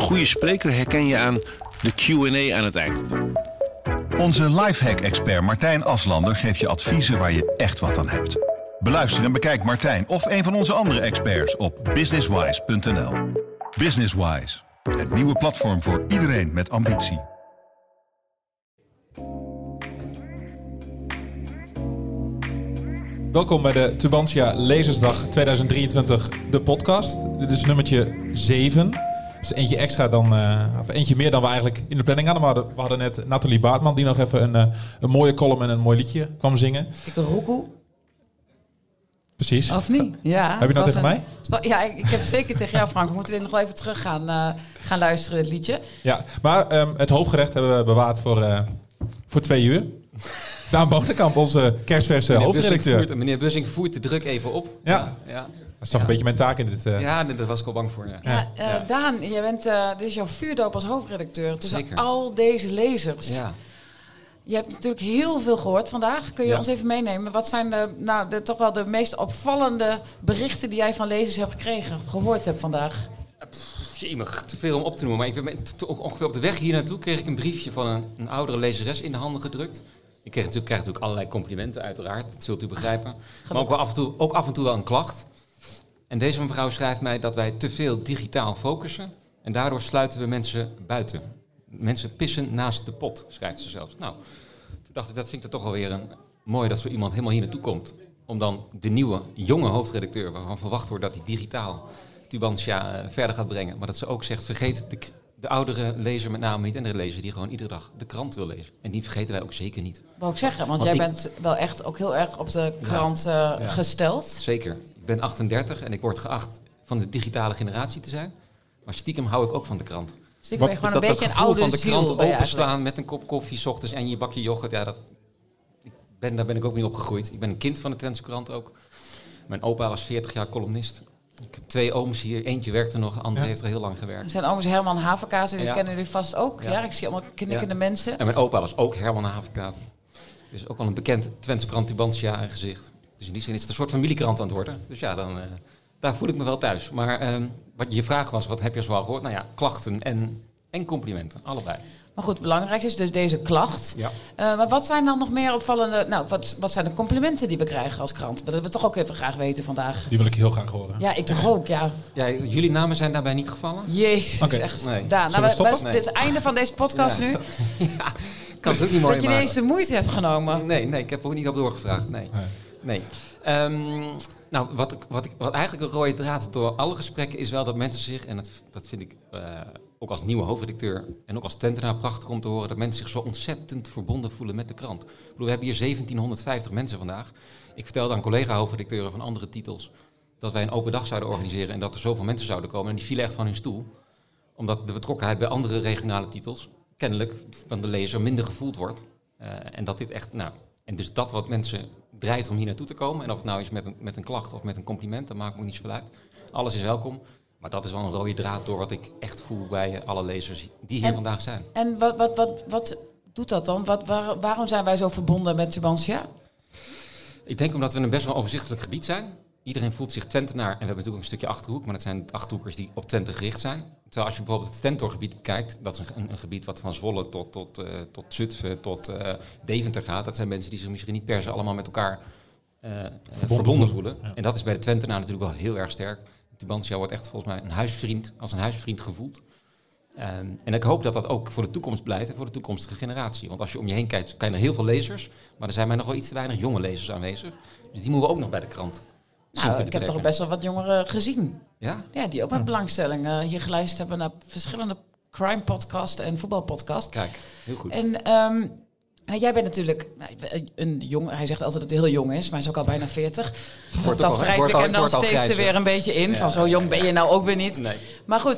goede spreker herken je aan de Q&A aan het eind. Onze lifehack-expert Martijn Aslander geeft je adviezen waar je echt wat aan hebt. Beluister en bekijk Martijn of een van onze andere experts op businesswise.nl. Businesswise, het nieuwe platform voor iedereen met ambitie. Welkom bij de Tubantia Lezersdag 2023, de podcast. Dit is nummertje 7. Dus eentje extra dan, of eentje meer dan we eigenlijk in de planning hadden. Maar we hadden net Nathalie Baartman die nog even een mooie column en een mooi liedje kwam zingen. Ik een roekoe. Precies. Of niet? Ja. Heb je nou tegen mij? Ja, ik heb zeker tegen jou, Frank. We moeten dit nog wel even terug gaan luisteren, het liedje. Ja, maar het hoofdgerecht hebben we bewaard voor 2 uur. Daan Bonenkamp, onze kerstverse hoofdredacteur. Meneer Bussing voert de druk even op. Ja. Dat is toch een beetje mijn taak in dit... Ja, daar was ik al bang voor. Ja. Daan, jij bent, dit is jouw vuurdoop als hoofdredacteur. Tussen Zeker. al deze lezers. Ja. Je hebt natuurlijk heel veel gehoord vandaag. Kun je ons even meenemen? Wat zijn toch wel de meest opvallende berichten die jij van lezers hebt gekregen, of gehoord hebt vandaag? Jemig, te veel om op te noemen. Maar ongeveer op de weg hier naartoe kreeg ik een briefje van een oudere lezeres in de handen gedrukt. Ik krijg natuurlijk allerlei complimenten, uiteraard. Dat zult u begrijpen. Maar ook af en toe wel een klacht. En deze mevrouw schrijft mij dat wij te veel digitaal focussen. En daardoor sluiten we mensen buiten. Mensen pissen naast de pot, schrijft ze zelfs. Nou, toen dacht ik, dat vind ik toch alweer mooi dat zo iemand helemaal hier naartoe komt. Om dan de nieuwe, jonge hoofdredacteur, waarvan verwacht wordt dat hij digitaal Tubantia verder gaat brengen. Maar dat ze ook zegt, vergeet de oudere lezer met name niet. En de lezer die gewoon iedere dag de krant wil lezen. En die vergeten wij ook zeker niet. Wou ik zeggen, want jij bent wel echt ook heel erg op de krant gesteld. Zeker. Ik ben 38 en ik word geacht van de digitale generatie te zijn. Maar stiekem hou ik ook van de krant. Stiekem ben je gewoon een beetje een oude ziel. Van de krant openslaan met een kop koffie 's ochtends en je bakje yoghurt. Ja, daar ben ik ook mee opgegroeid. Ik ben een kind van de Twentse Courant ook. Mijn opa was 40 jaar columnist. Ik heb 2 ooms hier. Eentje werkte nog, de andere heeft er heel lang gewerkt. Zijn ooms Herman Havenkaas, die kennen jullie vast ook. Ja, ik zie allemaal knikkende mensen. En mijn opa was ook Herman Havenkaas. Dus ook wel een bekend Twentse Courant Tubantia gezicht. Dus in die zin is het een soort familiekrant aan het worden. Dus ja, daar voel ik me wel thuis. Maar wat je vraag was, wat heb je zoal gehoord? Nou ja, klachten en complimenten, allebei. Maar goed, het belangrijkste is dus deze klacht. Ja. Maar wat zijn dan nog meer opvallende... Nou, wat zijn de complimenten die we krijgen als krant? Dat willen we toch ook even graag weten vandaag. Die wil ik heel graag horen. Ja, ik toch ook, ja. Ja, jullie namen zijn daarbij niet gevallen? Jezus, echt. Nee. Daan, dit is het einde van deze podcast nu. Ja, kan het ook niet mooi dat je ineens de moeite hebt genomen. Nee, ik heb er ook niet op doorgevraagd. Nee. Nou, wat eigenlijk een rode draad door alle gesprekken is wel dat mensen zich, en dat vind ik ook als nieuwe hoofdredacteur en ook als Twentenaar prachtig om te horen, dat mensen zich zo ontzettend verbonden voelen met de krant. Ik bedoel, we hebben hier 1750 mensen vandaag. Ik vertelde aan collega-hoofdredacteuren van andere titels dat wij een open dag zouden organiseren en dat er zoveel mensen zouden komen. En die vielen echt van hun stoel. Omdat de betrokkenheid bij andere regionale titels kennelijk van de lezer minder gevoeld wordt. En dat dit echt, en dus dat wat mensen drijft om hier naartoe te komen. En of het nou is met een klacht of met een compliment, dat maakt me niet zoveel uit. Alles is welkom. Maar dat is wel een rode draad door wat ik echt voel bij alle lezers die hier vandaag zijn. En wat doet dat dan? Waarom zijn wij zo verbonden met Tubantia? Ik denk omdat we een best wel overzichtelijk gebied zijn. Iedereen voelt zich Twentenaar. En we hebben natuurlijk een stukje Achterhoek, maar dat zijn Achterhoekers die op Twente gericht zijn. Terwijl als je bijvoorbeeld het Stentorgebied bekijkt, dat is een gebied wat van Zwolle tot Zutphen, tot Deventer gaat. Dat zijn mensen die zich misschien niet per se allemaal met elkaar verbonden voelen. Ja. En dat is bij de Twentenaar natuurlijk wel heel erg sterk. Tubantia wordt echt volgens mij als een huisvriend gevoeld. En ik hoop dat dat ook voor de toekomst blijft en voor de toekomstige generatie. Want als je om je heen kijkt, kan je naar heel veel lezers, maar er zijn maar nog wel iets te weinig jonge lezers aanwezig. Dus die moeten we ook nog bij de krant. Ik heb toch best wel wat jongeren gezien. Ja? Ja, die ook met belangstelling hier geluisterd hebben naar verschillende crime-podcasts en voetbalpodcasts. Kijk, heel goed. En jij bent natuurlijk een jong. Hij zegt altijd dat hij heel jong is, maar hij is ook al bijna 40. Dat wrijf ik hem dan steeds er weer een beetje in. Ja, van zo jong ben je nou ook weer niet. Nee. Maar goed,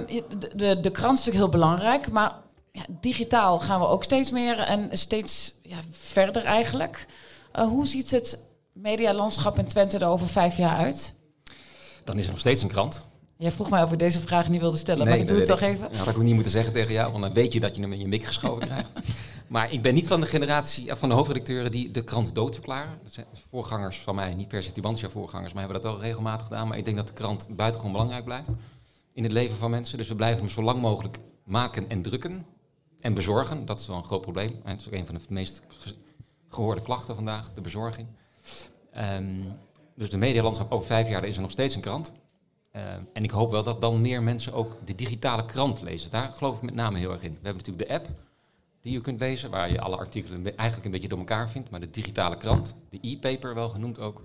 de krant is natuurlijk heel belangrijk. Maar digitaal gaan we ook steeds meer en steeds verder eigenlijk. Hoe ziet het medialandschap in Twente er over 5 jaar uit? Dan is er nog steeds een krant. Jij vroeg mij of ik deze vraag niet wilde stellen, maar ik doe het toch even. Dat had ik ook niet moeten zeggen tegen jou, want dan weet je dat je hem in je mik geschoven krijgt. Maar ik ben niet van de generatie van de hoofdredacteuren die de krant dood verklaren. Dat zijn voorgangers van mij, niet per se Tubantia voorgangers, maar hebben dat wel regelmatig gedaan. Maar ik denk dat de krant buitengewoon belangrijk blijft. in het leven van mensen. Dus we blijven hem zo lang mogelijk maken en drukken en bezorgen. Dat is wel een groot probleem. En dat is ook een van de meest gehoorde klachten vandaag, de bezorging. Dus de medialandschap over 5 jaar is er nog steeds een krant. En ik hoop wel dat dan meer mensen ook de digitale krant lezen. Daar geloof ik met name heel erg in. We hebben natuurlijk de app die je kunt lezen, waar je alle artikelen eigenlijk een beetje door elkaar vindt. Maar de digitale krant, de e-paper wel genoemd ook,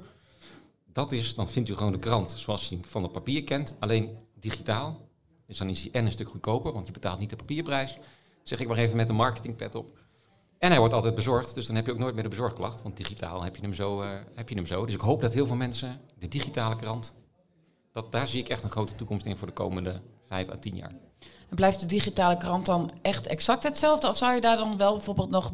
dan vindt u gewoon de krant zoals je van het papier kent, alleen digitaal. Dus dan is die een stuk goedkoper, want je betaalt niet de papierprijs. Zeg ik maar even met een marketingpet op. En hij wordt altijd bezorgd, dus dan heb je ook nooit meer de bezorgklacht. Want digitaal heb je hem zo. Dus ik hoop dat heel veel mensen de digitale krant, daar zie ik echt een grote toekomst in voor de komende 5 à 10 jaar. En blijft de digitale krant dan echt exact hetzelfde? Of zou je daar dan wel bijvoorbeeld nog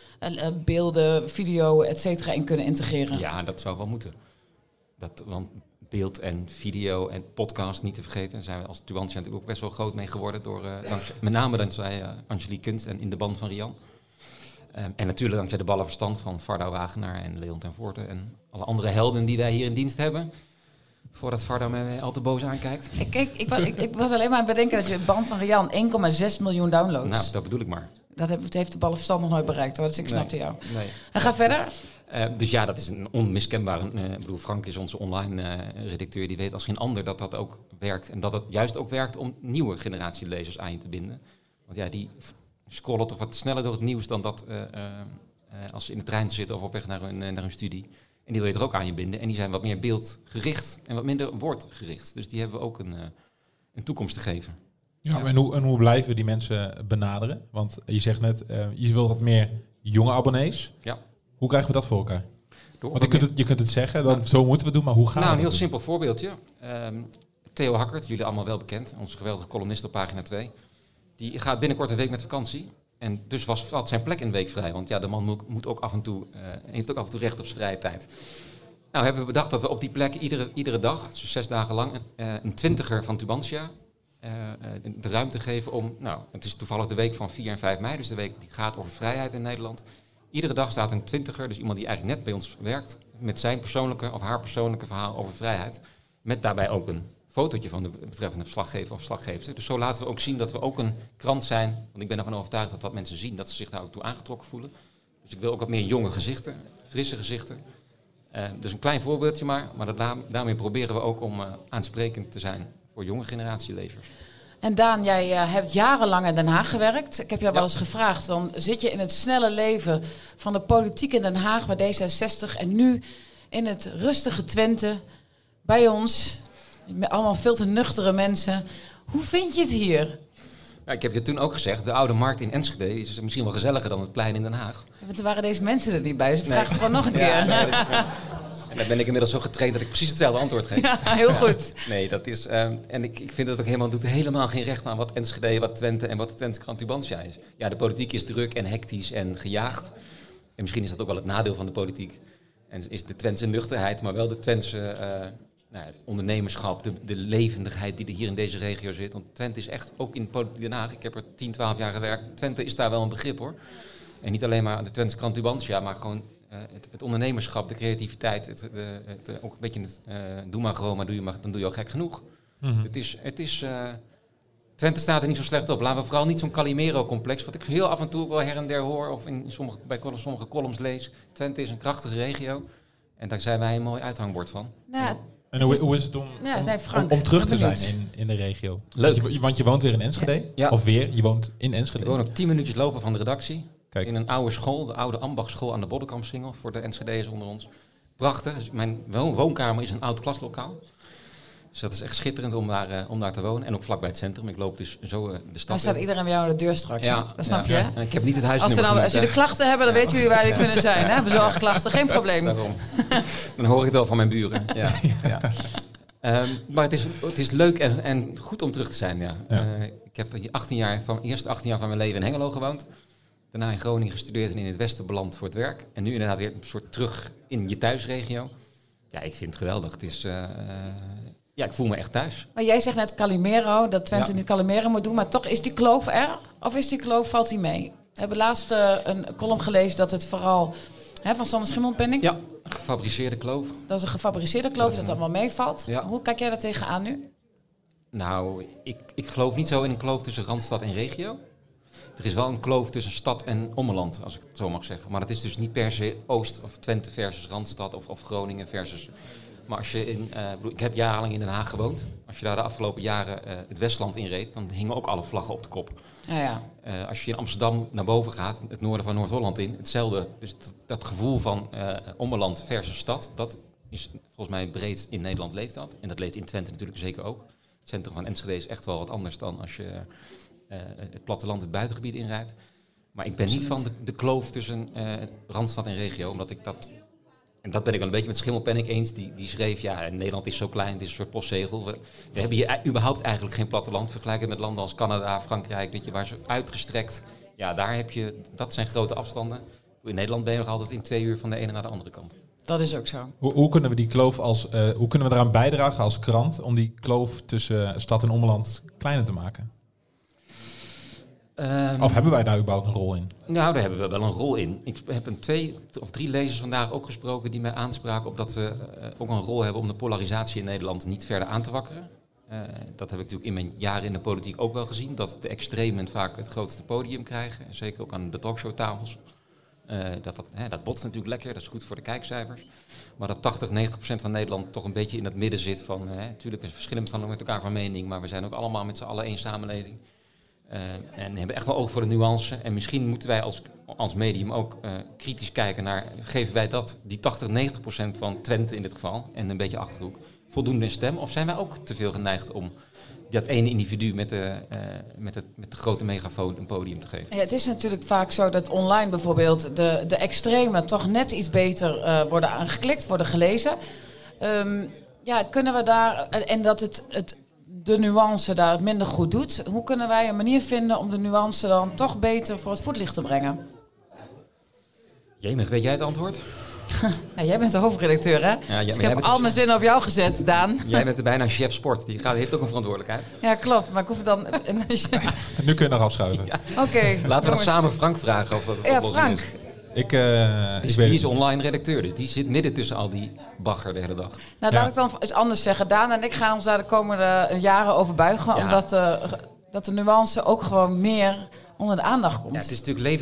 beelden, video, et cetera in kunnen integreren? Ja, dat zou wel moeten. Want beeld en video en podcast niet te vergeten. Daar zijn we als Tubantia natuurlijk ook best wel groot mee geworden. Met name dankzij Angelique Kunst en In de Band van Rian. En natuurlijk dankzij de ballenverstand van Varda Wagenaar en Leon ten Voorde en alle andere helden die wij hier in dienst hebben. Voordat Varda mij al te boos aankijkt. Ik was alleen maar aan het bedenken dat je Band van Rian 1,6 miljoen downloads. Nou, dat bedoel ik maar. Dat heeft de ballenverstand nog nooit bereikt hoor, dus ik snapte jou. Nee. En ga verder. Dus ja, dat is een onmiskenbare... Frank is onze online redacteur, die weet als geen ander dat dat ook werkt. En dat het juist ook werkt om nieuwe generatie lezers aan je te binden. Want ja, die scrollen toch wat sneller door het nieuws dan dat als ze in de trein zitten of op weg naar hun studie. En die wil je er ook aan je binden. En die zijn wat meer beeldgericht en wat minder woordgericht. Dus die hebben we ook een toekomst te geven. Ja, en hoe blijven we die mensen benaderen? Want je zegt net, je wil wat meer jonge abonnees. Ja. Hoe krijgen we dat voor elkaar? Want je kunt het zeggen, zo moeten we het doen, maar hoe gaan we een heel simpel voorbeeldje. Theo Hackert, jullie allemaal wel bekend, onze geweldige columnist op pagina 2. Die gaat binnenkort een week met vakantie. En dus valt zijn plek een week vrij. Want ja, de man moet ook heeft ook af en toe recht op zijn vrije tijd. Nou hebben we bedacht dat we op die plek iedere dag, dus 6 dagen lang, een 20er van Tubantia de ruimte geven om... Nou, het is toevallig de week van 4 en 5 mei, dus de week die gaat over vrijheid in Nederland. Iedere dag staat een 20er, dus iemand die eigenlijk net bij ons werkt, met zijn persoonlijke of haar persoonlijke verhaal over vrijheid. Met daarbij ook een fotootje van de betreffende verslaggever of verslaggever. Dus zo laten we ook zien dat we ook een krant zijn. Want ik ben ervan overtuigd dat mensen zien, dat ze zich daar ook toe aangetrokken voelen. Dus ik wil ook wat meer jonge gezichten, frisse gezichten. Dus een klein voorbeeldje maar daarmee proberen we ook om aansprekend te zijn voor jonge generatie lezers. En Daan, jij hebt jarenlang in Den Haag gewerkt. Ik heb jou wel eens gevraagd, dan zit je in het snelle leven van de politiek in Den Haag bij D66 en nu in het rustige Twente bij ons, met allemaal veel te nuchtere mensen. Hoe vind je het hier? Ja, ik heb je toen ook gezegd, de Oude Markt in Enschede is misschien wel gezelliger dan het plein in Den Haag. Ja, toen waren deze mensen er niet bij, dus ik vraag het gewoon nog een keer. En dan ben ik inmiddels zo getraind dat ik precies hetzelfde antwoord geef. Ja, heel goed. Nee, dat is... en ik vind dat ook doet helemaal geen recht aan wat Enschede, wat Twente en wat de Twente Krant Tubantia is. Ja, de politiek is druk en hectisch en gejaagd. En misschien is dat ook wel het nadeel van de politiek. En is de Twentse nuchterheid, maar wel de Twentse ondernemerschap, de levendigheid die er hier in deze regio zit. Want Twente is echt, ook in politiek Den Haag, ik heb er 10, 12 jaar gewerkt. Twente is daar wel een begrip hoor. En niet alleen maar de Twentse Krant Tubantia, maar gewoon... Het ondernemerschap, de creativiteit, ook een beetje het doe maar gewoon, maar dan doe je al gek genoeg. Mm-hmm. Twente staat er niet zo slecht op. Laten we vooral niet zo'n Calimero-complex, wat ik heel af en toe wel her en der hoor of bij sommige columns lees. Twente is een krachtige regio en daar zijn wij een mooi uithangbord van. Nou, en hoe is het om terug te zijn in de regio? Leuk. Want je woont weer in Enschede? Ja. Of je woont in Enschede? Ik woon op 10 minuutjes lopen van de redactie. Kijk. In een oude school, de oude Ambachtschool aan de Boddenkampsingel, voor de Enschede's onder ons. Prachtig. Dus mijn woonkamer is een oud klaslokaal. Dus dat is echt schitterend om daar te wonen. En ook vlakbij het centrum. Ik loop dus zo de stad in. Dan staat iedereen bij jou aan de deur straks. Ja, dat snap je. Hè? En ik heb niet het huisnummer. Als jullie klachten hebben, dan weten jullie waar jullie kunnen zijn. Hè? Bezorgklachten, geen probleem. Daarom. Dan hoor ik het wel van mijn buren. Ja. Maar het is leuk en goed om terug te zijn. Ja. Ik heb hier eerste 18 jaar van mijn leven in Hengelo gewoond. Daarna in Groningen gestudeerd en in het westen beland voor het werk. En nu inderdaad weer een soort terug in je thuisregio. Ja, ik vind het geweldig. Het is, ik voel me echt thuis. Maar jij zegt net Calimero, dat Twente nu Calimero moet doen. Maar toch, is die kloof er? Of is die kloof, valt die mee? We hebben laatst een column gelezen dat het vooral... van Sander Schimmelpenninck? Ja, een gefabriceerde kloof. Dat is een gefabriceerde kloof, dat allemaal meevalt. Ja. Hoe kijk jij daar tegenaan nu? Nou, ik geloof niet zo in een kloof tussen Randstad en regio. Er is wel een kloof tussen stad en ommeland, als ik het zo mag zeggen. Maar het is dus niet per se Oost of Twente versus Randstad of Groningen versus... Maar als je ik heb jarenlang in Den Haag gewoond. Als je daar de afgelopen jaren het Westland inreed, dan hingen ook alle vlaggen op de kop. Ja. Als je in Amsterdam naar boven gaat, het noorden van Noord-Holland in, hetzelfde. Dus dat gevoel van ommeland versus stad, dat is volgens mij breed in Nederland leeft dat. En dat leeft in Twente natuurlijk zeker ook. Het centrum van Enschede is echt wel wat anders dan als je het platteland, het buitengebied inrijdt. Maar ik ben niet van de kloof tussen Randstad en regio, omdat ik dat... En dat ben ik wel een beetje met Schimmelpenninck eens. Die schreef, Nederland is zo klein, het is een soort postzegel. We hebben hier überhaupt eigenlijk geen platteland. Vergelijken met landen als Canada, Frankrijk, weet je, waar ze uitgestrekt... Ja, daar heb je... Dat zijn grote afstanden. In Nederland ben je nog altijd in 2 uur van de ene naar de andere kant. Dat is ook zo. Hoe kunnen we die kloof hoe kunnen we eraan bijdragen als krant om die kloof tussen stad en ommeland kleiner te maken? Of hebben wij daar überhaupt een rol in? Nou, daar hebben we wel een rol in. Ik heb 2 of 3 lezers vandaag ook gesproken die mij aanspraken op dat we ook een rol hebben om de polarisatie in Nederland niet verder aan te wakkeren. Dat heb ik natuurlijk in mijn jaren in de politiek ook wel gezien. Dat de extremen vaak het grootste podium krijgen. Zeker ook aan de talkshowtafels. Dat botst natuurlijk lekker, dat is goed voor de kijkcijfers. Maar dat 80-90% van Nederland toch een beetje in het midden zit van... Natuurlijk is verschillend van met elkaar van mening, maar we zijn ook allemaal met z'n allen één samenleving. En hebben echt wel oog voor de nuance. En misschien moeten wij als medium ook kritisch kijken naar... geven wij die 80-90% van Twente in dit geval, en een beetje Achterhoek, voldoende stem? Of zijn wij ook te veel geneigd om dat ene individu met de grote megafoon een podium te geven? Ja, het is natuurlijk vaak zo dat online bijvoorbeeld de extremen toch net iets beter worden aangeklikt, worden gelezen. Kunnen we daar... En dat de nuance daar het minder goed doet. Hoe kunnen wij een manier vinden om de nuance dan toch beter voor het voetlicht te brengen? Jemig, weet jij het antwoord? Nou, jij bent de hoofdredacteur, hè? Ja, dus ik heb al mijn zinnen op jou gezet, Daan. Jij bent er bijna chef sport. Die heeft ook een verantwoordelijkheid. Ja, klopt. Maar ik hoef het dan... Nu kun je nog afschuiven. Ja. Oké. Laten we dan samen Frank vragen. Of dat ja, Frank. Die is online redacteur, dus die zit midden tussen al die bagger de hele dag. Nou, laat ik dan eens anders zeggen. Daan en ik gaan ons daar de komende jaren over buigen. Ja. Omdat dat de nuance ook gewoon meer onder de aandacht komt. Ja, het is natuurlijk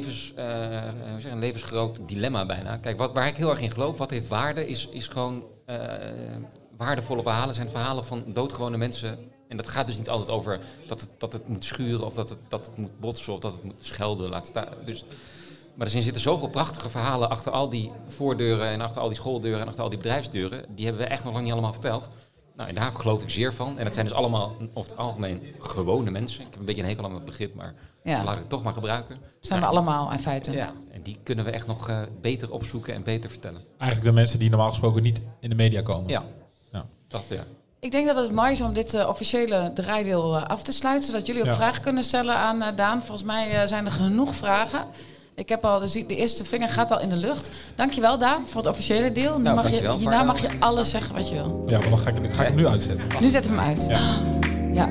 een levensgroot dilemma bijna. Kijk, waar ik heel erg in geloof, wat heeft waarde, is gewoon waardevolle verhalen. Zijn verhalen van doodgewone mensen. En dat gaat dus niet altijd over dat het moet schuren of dat het moet botsen of dat het moet schelden. Laat staan. Maar er zitten zoveel prachtige verhalen achter al die voordeuren en achter al die schooldeuren en achter al die bedrijfsdeuren. Die hebben we echt nog lang niet allemaal verteld. Nou, en daar geloof ik zeer van. En dat zijn dus allemaal over het algemeen gewone mensen. Ik heb een beetje een hekel aan dat begrip, maar laat ik het toch maar gebruiken. Zijn we allemaal in feite. Ja, en die kunnen we echt nog beter opzoeken en beter vertellen. Eigenlijk de mensen die normaal gesproken niet in de media komen. Ja. Dat. Ik denk dat het mooi is om dit officiële draaideel af te sluiten. Zodat jullie ook vragen kunnen stellen aan Daan. Volgens mij zijn er genoeg vragen. Ik heb al de eerste vinger gaat al in de lucht. Dankjewel, Daan, voor het officiële deel. Hierna mag je alles zeggen wat je wil. Ja, maar dan ga ik hem nu uitzetten. Nu zetten we hem uit. Ja.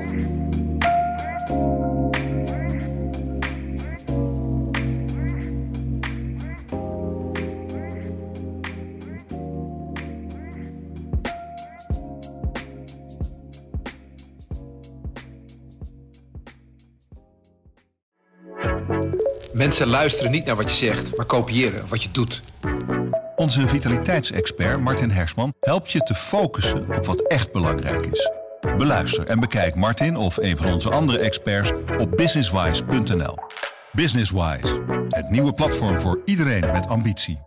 Mensen luisteren niet naar wat je zegt, maar kopiëren wat je doet. Onze vitaliteitsexpert Martin Hersman helpt je te focussen op wat echt belangrijk is. Beluister en bekijk Martin of een van onze andere experts op businesswise.nl. Businesswise, het nieuwe platform voor iedereen met ambitie.